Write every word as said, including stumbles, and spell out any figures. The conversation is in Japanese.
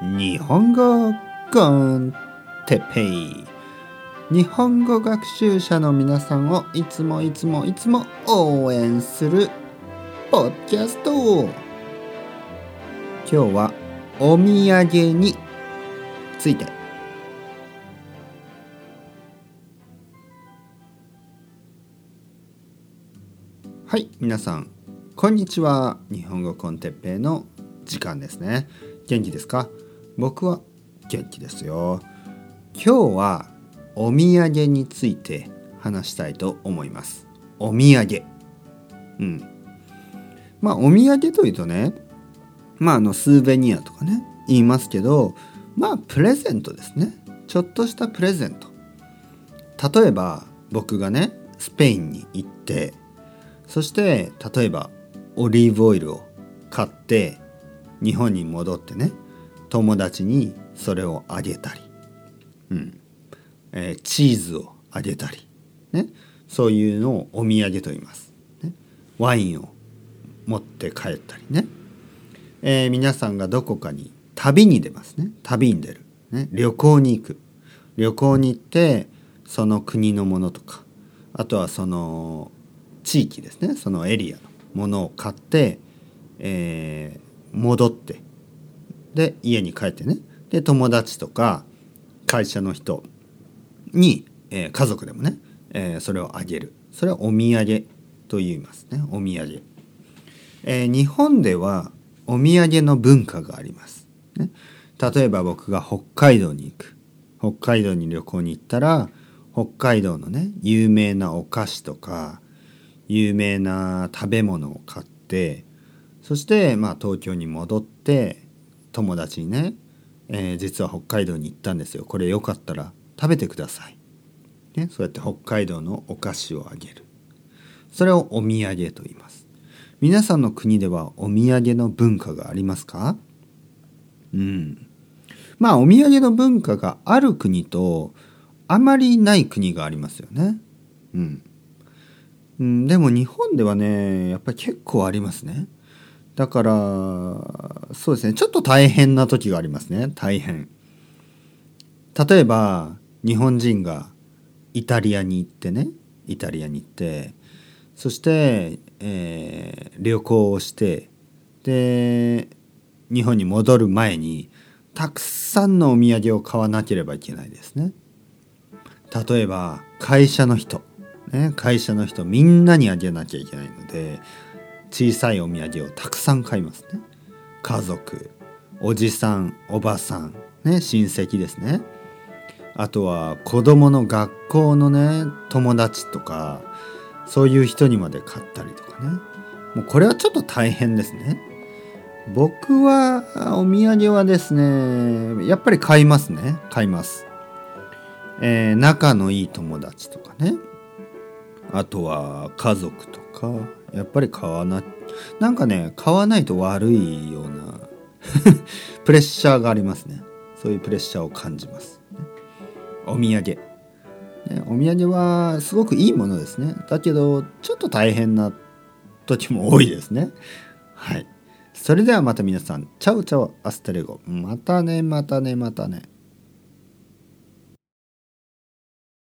日本語コンテッペイ。日本語学習者の皆さんをいつもいつもいつも応援するポッドキャスト。今日はお土産について。はい、皆さんこんにちは。日本語コンテッペイの時間ですね。元気ですか？僕は元気ですよ。今日はお土産について話したいと思います。お土産。うん。まあお土産というとね、まああのスーベニアとかね言いますけど、まあプレゼントですね。ちょっとしたプレゼント。例えば僕がねスペインに行って、そして例えばオリーブオイルを買って日本に戻ってね、友達にそれをあげたり、うんえー、チーズをあげたり、ね、そういうのをお土産と言います、ね、ワインを持って帰ったりね、えー、皆さんがどこかに旅に出ますね。旅に出る、ね、旅行に行く。旅行に行ってその国のものとか、あとはその地域ですね、そのエリアのものを買って、えー、戻ってで家に帰ってね、で友達とか会社の人に、えー、家族でもね、えー、それをあげる。それはお土産と言いますね。お土産、えー、日本ではお土産の文化があります、ね、例えば僕が北海道に行く。北海道に旅行に行ったら北海道のね有名なお菓子とか有名な食べ物を買って、そしてまあ東京に戻って友達にね、えー、実は北海道に行ったんですよ、これよかったら食べてください、ね、そうやって北海道のお菓子をあげる。それをお土産と言います。皆さんの国ではお土産の文化がありますか？うんまあお土産の文化がある国とあまりない国がありますよね。うんうん、でも日本ではねやっぱり結構ありますね。だからそうですね、ちょっと大変な時がありますね。大変。例えば日本人がイタリアに行ってね、イタリアに行ってそして、えー、旅行をしてで日本に戻る前にたくさんのお土産を買わなければいけないですね。例えば会社の人、ね、会社の人みんなにあげなきゃいけないので小さいお土産をたくさん買いますね。家族、おじさん、おばさん、ね、親戚ですね。あとは子供の学校のね友達とかそういう人にまで買ったりとかね。もうこれはちょっと大変ですね。僕はお土産はですねやっぱり買いますね。買います、えー、仲のいい友達とかね、あとは家族とかやっぱり買わななんかね買わないと悪いようなプレッシャーがありますね。そういうプレッシャーを感じます、ね、お土産、ね、お土産はすごくいいものですね。だけどちょっと大変な時も多いですね。はい、それではまた皆さんチャウチャウアスタレゴ、またねまたねまたね。